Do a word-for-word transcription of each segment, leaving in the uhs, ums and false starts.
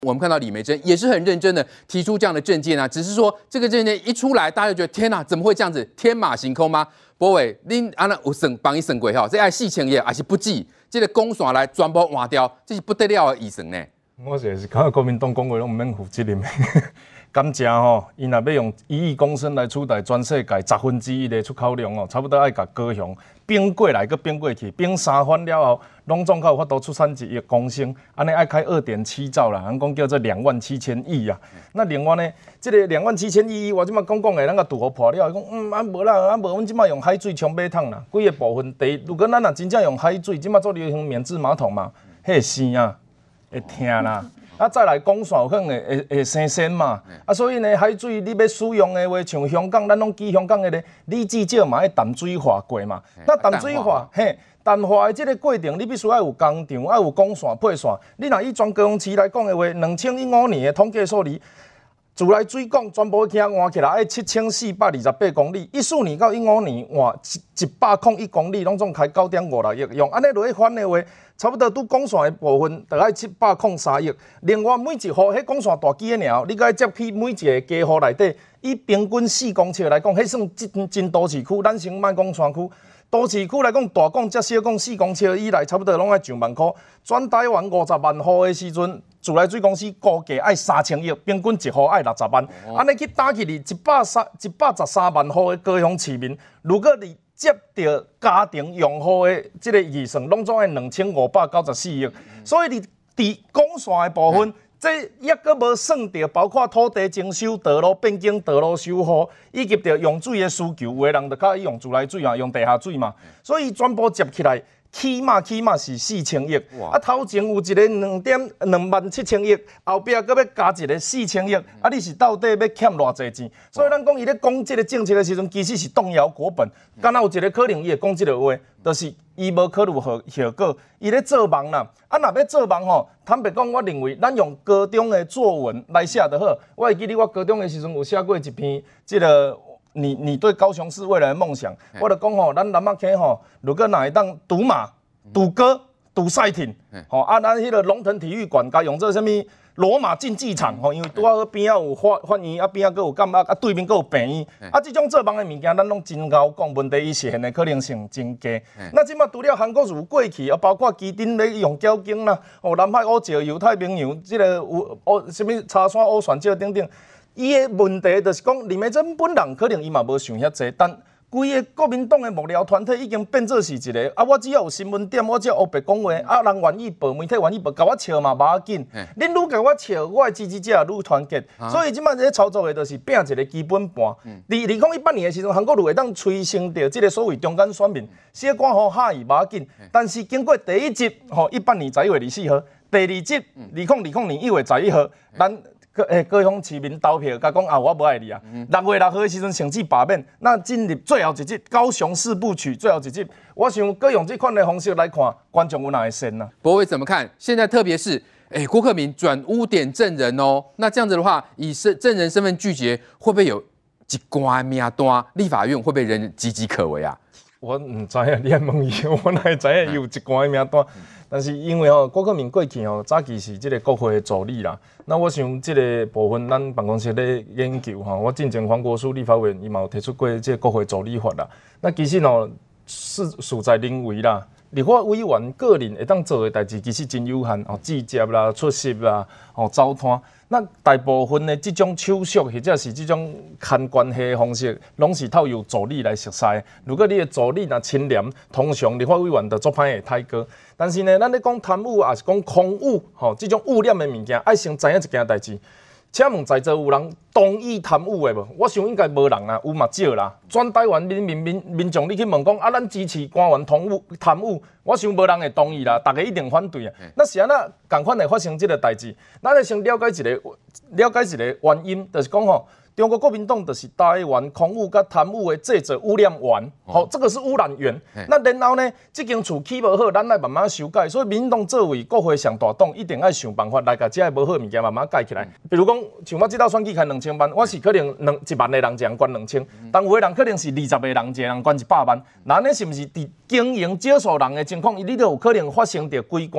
我们看到李眉蓁也是很认真的提出这样的政见啊，只是说这个政见一出来，大家就觉得天哪，怎么会这样子？天马行空吗？博伟，恁安那有算帮伊算过吼？这爱四千亿还是不济？这个公线来全部换掉，这是不得了的预算呢。 我就是感觉国民党讲话拢唔免负责任的。甘蔗吼，伊若要用一亿公升来取代全世界十分之一的出口量哦，差不多爱甲高雄并过来，佮并过去，并三番了后，拢总较有法度出产一亿公升，安尼爱开二点七兆啦，咱讲叫做两万七千亿啊。那另外呢，这个两万七千亿，我即摆讲讲的，咱甲拄好破了，讲嗯啊无啦，啊无，阮即摆用海水冲马桶啦，几个部分第一，如果咱若真正用海水，即摆做流行免治马桶嘛，迄声啊会听啦。啊，再来讲线有可能会会会生鲜嘛，啊，所以呢，海水你要使用的话，像香港，咱拢记香港的咧，你至少嘛要淡水化过嘛。那淡水化，嘿，淡化的这个过程，你必须要有工厂，要有管线配线。你若以全高雄市来讲的话，两千一五年的统计数字，自来水管全部起换起来要七千四百二十八公里，一四年到一五年换一一百零一公里，拢总开九点五六亿用，安尼落去翻的话。差不多拄管线的部分，大概七百零三亿。另外每一户迄管线大机的尔，你该接去每一个家户内底，以平均四公尺来讲，迄算真真都市区。咱先莫讲山区，都市区来讲，大管接小管四公尺以内，差不多拢爱上万块。全台湾五十万户的时阵，自来水公司估计爱三千亿，平均一户爱六十万。安尼、哦、去打起哩一百三一百十三万户的高雄市民，如果你接到家庭用户的这个预算，拢总爱两千五百九十四亿，所以你伫管线的部分，这抑阁无算到包括土地征收、道路变更、道路修复，以及着用水的需求，有的人就较用自来水啊，用地下水嘛，所以全部接起来。起码起码是四千亿，啊头前有一个两点两万七千亿，后壁搁要加一个四千亿，啊你是到底要欠偌济钱？所以咱讲伊咧讲即个政策的时阵，其实是动摇国本。敢若有一个可能，伊会讲即个话，就是伊无考虑效效果，伊咧做梦啦。啊若要做梦吼，坦白讲，我认为咱用高中的作文来写就好。我会记得我高中的时阵有写过一篇即个。你你对高雄市未来的梦想，我就讲吼，咱南北溪吼，如果哪会当赌马、赌歌、赌赛艇，吼啊，咱迄个龙腾体育馆，甲用做什么罗马竞技场，吼，因为拄好边仔有法法院，啊边仔佫有干嘛，啊对面佫有病院，啊这种做梦的物件，咱拢真高讲，问题伊实现的可能性真低。那即马除了韩国如过去，啊包括基丁咧用交警啦，哦南海乌石油、太平洋，即、這个有哦什么茶山乌船礁等等。伊的问题就是讲，李眉蓁本人可能伊嘛无想遐济，但规个国民党的幕僚团体已经变做是一个啊，我只要有新闻点，我只要黑白讲话，啊人愿意报，媒体愿意报，甲我笑嘛无要紧。恁愈甲我笑，我的支持者愈团结。啊、所以即摆咧操作的，就是拼一个基本盘。二二零一八年的时阵，韩国瑜会当催生着即个所谓中间选民，写官吼哈伊无要紧。但是经过第一集吼，一八年十一月二十四号，第二集二零二零年一月十一號，咱。个诶，高雄市民投票，甲讲啊，我无爱你啊。六月六号的时阵，甚至罢免，那进入最后一集高雄四部曲最后一集，我想各用这款的方式来看，观众有哪会信呢？ 博伟怎么看？现在特别是，哎，郭克明转污点证人哦，那这样子的话，以身证人身份拒绝，会不会有一关命单？立法院会不会人岌岌可危啊？ 我唔知影，你还问伊，我哪会知影有一关命单？但是因为吼、喔，郭克明过去吼、喔，早期是即个国会的助理啦。那我想即个部分，咱办公室咧研究吼，我进前黄国书立法委员伊嘛有提出过即个国会助理法啦。那其实吼、喔，是属在认为啦，立法委员个人会当做的代志，其实真有限哦，直接啦、出席啦、哦走摊。那大部分的这种手续或者是这种看关系的方式，拢是透由助理来实施。如果你的助理若清廉，通常立法委员就做歹会太过。但是呢，咱咧讲贪污，也是讲空污，吼，这种污染的物件，爱先知影一件代志。请问在座有人同意贪污的无？我想应该无人啦，有嘛少啦。全台湾人民民民众，你去问讲啊，咱支持官员贪污贪污，我想无人会同意啦，大家一定反对啊。那是安那共款会发生这个代志？咱得先了解一个了解一个原因，就是讲吼。中国国民党就是台湾空污甲贪污的制造污染源，好、哦，这个是污染源。那然后呢，这间厝起无好，咱来慢慢修改。所以民党作为国会上大党，一定要想办法来甲这个无好物件慢慢改起来。比如讲，像我这道选举开两千万，我是可能两一万个人一人捐两千，但有的人可能是二十个人一人捐一百万。那呢是不是伫经营少数人的情况，你都有可能发生着规官？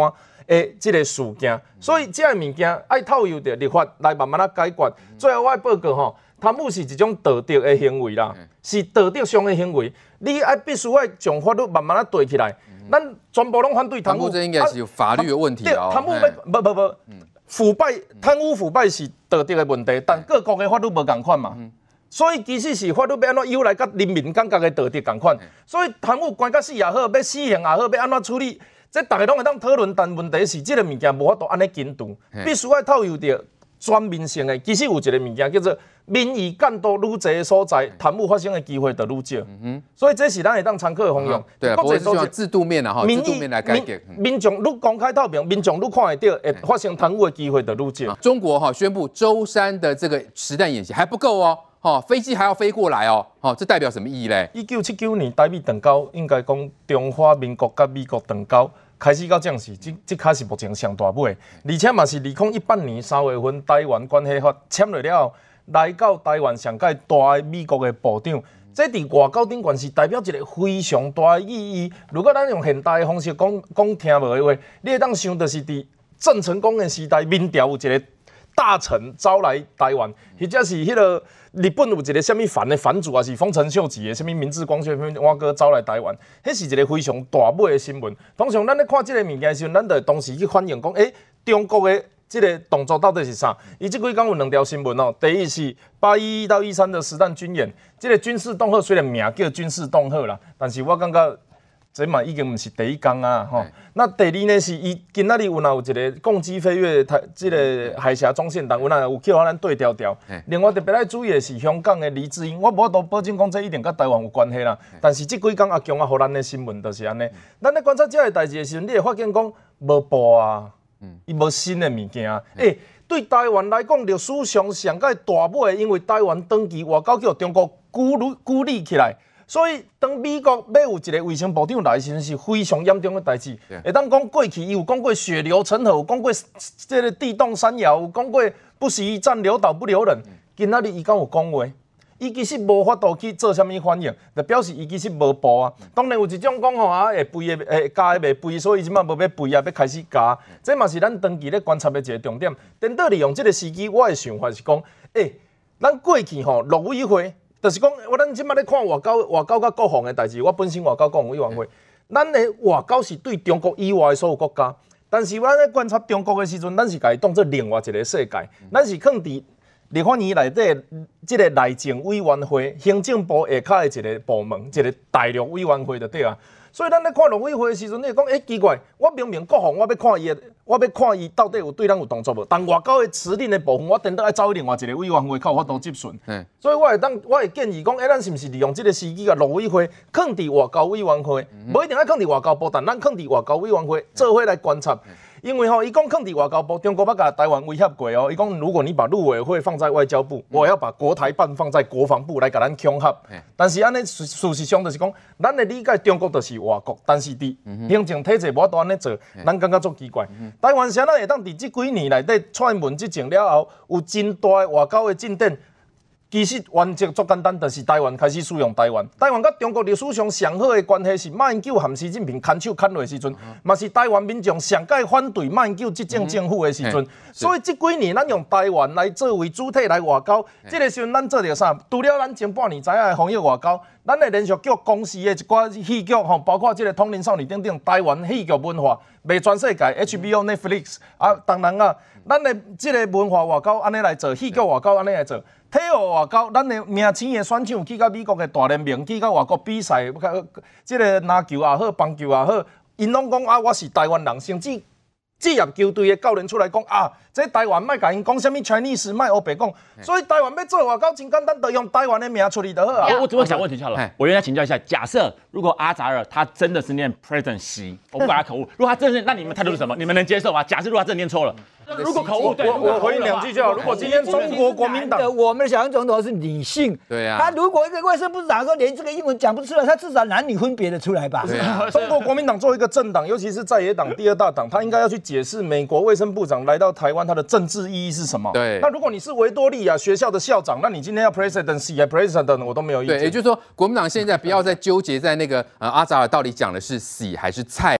的这个事件，所以这个物件爱透由着立法来慢慢啊解决。最后我报告吼，贪污是一种道德的行为啦，是道德上的行为，你爱必须要将法律慢慢啊对起来。咱全部拢反对贪污， 这应该是有法律的问题哦。 贪污要不不不，腐败贪污腐败是道德的问题，但各国的法律无共款嘛。所以其实是法律要安怎由来，甲人民感觉的道德共款。所以贪污关到死也好，要死刑也好，要安怎处理，这大家拢会当讨论。但问题是，这个物件无法度安尼监督，必须要透由着全面性的。其实有一个物件叫做民意监督愈侪的所在，贪污发生的机会就愈少。所以这是咱会当参考的方向。 对啊，不过是要制度面啊，哈，制度面来改革。 民众愈公开透明，民众愈看会到，会发生贪污的机会就愈少。 中国哈宣布舟山的这个实弹演习还不够哦。哦，飞机还要飞过来哦，哦，这代表什么意义嘞？ 一九七九年台美断交，应该讲中华民国甲美国断交开始到这样是，这这开始目前上大尾，而且嘛是二零一八年三月份台湾关系法签落了后，来到台湾上届大的美国的部长，这伫外交顶关是代表一个非常大的意义。如果咱用现代的方式讲讲听无的话，你会当想就是伫郑成功的时代，明朝有一个大臣招来台湾，或者是迄个日本有一个什么藩的藩主，也是丰臣秀吉的什么明治光秀我哥招来台湾，迄是一个非常大尾的新闻。通常咱咧看这个物件的时候，咱就当时去反映讲，诶、欸，中国的这个动作到底是啥？伊即几天有两条新闻哦。第一是八一一到一三的实弹军演，这个军事恫吓虽然名叫军事恫吓啦，但是我感觉。这嘛已经不是第一天啊，吼。那第二呢是伊今仔日有若有一个共机飞越台，这个海峡中线，但有若有去互咱对调调。另外特别来注意的是香港的黎智英，我无法度保证讲这一定甲台湾有关系啦。但是这几天阿强啊，互咱的新闻就是安尼。咱咧观察这个代志的时候，你会发现讲无报啊，伊无新的物件。诶、欸，对台湾来讲，历史上上届大尾，因为台湾长期外交叫中国孤立孤立起来。所以，当美国要有一个卫生部长来时，是非常严重的代志。会当讲过去，伊有讲过血流成河，有讲过这个地动山摇，有讲过不惜一战留岛不留人。今仔日伊敢有讲话？伊其实无法度去做啥物反应，就表示伊其实无报啊。当然有一种讲吼啊，会肥的，会加的袂肥，所以伊即摆无要肥啊，要开始加。这嘛是咱长期咧观察的一个重点。等到利用这个时机，我的想法是讲，诶、欸，咱过去吼陆委会。就是讲，我咱即摆咧看外交、外交甲国防的代志。我本身外交国防委员会，咱的外交是对中国以外的所有国家。但是，咱咧观察中国的时阵，咱是家己当做另外一个世界。咱是放伫立法院内底，即个内政委员会、行政部下骹的一个部门，一个大陆委员会就对啊。所以，咱咧看陆委会的时阵，你会讲，诶、欸，奇怪，我明明国防我要看伊的，我要看伊到底有对咱有动作无？但外交的指令的部分，我等到爱走另外一个委员会，较有法度接顺。嗯，所以我会当，我会建议讲，诶、欸，咱是毋是利用这个时机啊，陆委会放伫外交委员会，无、嗯、一定要放伫外交部，但咱放伫外交委员会做伙来观察。因为吼，伊讲放伫外交部，中国捌甲台湾威胁过哦。伊讲，如果你把陆委会放在外交部，嗯、我要把国台办放在国防部来甲咱恐吓。但是安尼事事实上就是讲，咱的理解中国就是外国，但是伫行政体制无法度安尼做，咱感觉足奇怪。嗯、台湾谁咱会当伫即几年内底踹门即情了后，有真大的外交的进展。其实原则足简单，就是台湾开始使用台湾。台湾甲中国历史上上好的关系是马英九和习近平牵手牵落的时阵，嘛、嗯、是台湾民众上届反对马英九执政政府的时阵。嗯、所以这几年咱用台湾来作为主体来外交，这个时阵咱做着啥？除了咱前半年知影的防疫外交，咱的连续剧公司的一寡戏剧吼，包括这个《通灵少女》等等，台湾戏剧文化卖全世界 ，H B O、Netflix 啊，当然啊，咱的这个文化外交安尼来做，戏剧外交安尼来做。体育外交，咱的名青的选手去到美国的大联盟，去到外国比赛，即个篮球也好，棒球也好，因拢讲啊，我是台湾人，甚至职业球队的教练出来讲啊，这台湾莫甲因讲什么 Chinese， 莫黑白讲，所以台湾要做外交真简单，就用台湾的名出去就好啊。 我我只会想问题好了，我原来请教一下，假设如果阿扎尔他真的是念 President Xi， 我不把他口误，如果他真的是，那你们态度是什么？你们能接受吗？假设如果他真的念错了。如果口误，对， 我我回应两句就好。如果今天中国国民党， 我们的小英总统是理性， 对啊， 他如果一个卫生部长说连这个英文讲不出来，他至少男女分别的出来吧？ 对啊， 中国国民党作为一个政党，尤其是在野党第二大党，他应该要去解释美国卫生部长来到台湾他的政治意义是什么？ 对。 那如果你是维多利亚学校的校长，那你今天要 president 是 president， 我都没有意见。 对，也就是说，国民党现在不要再纠结在那个呃阿扎尔到底讲的是喜还是菜。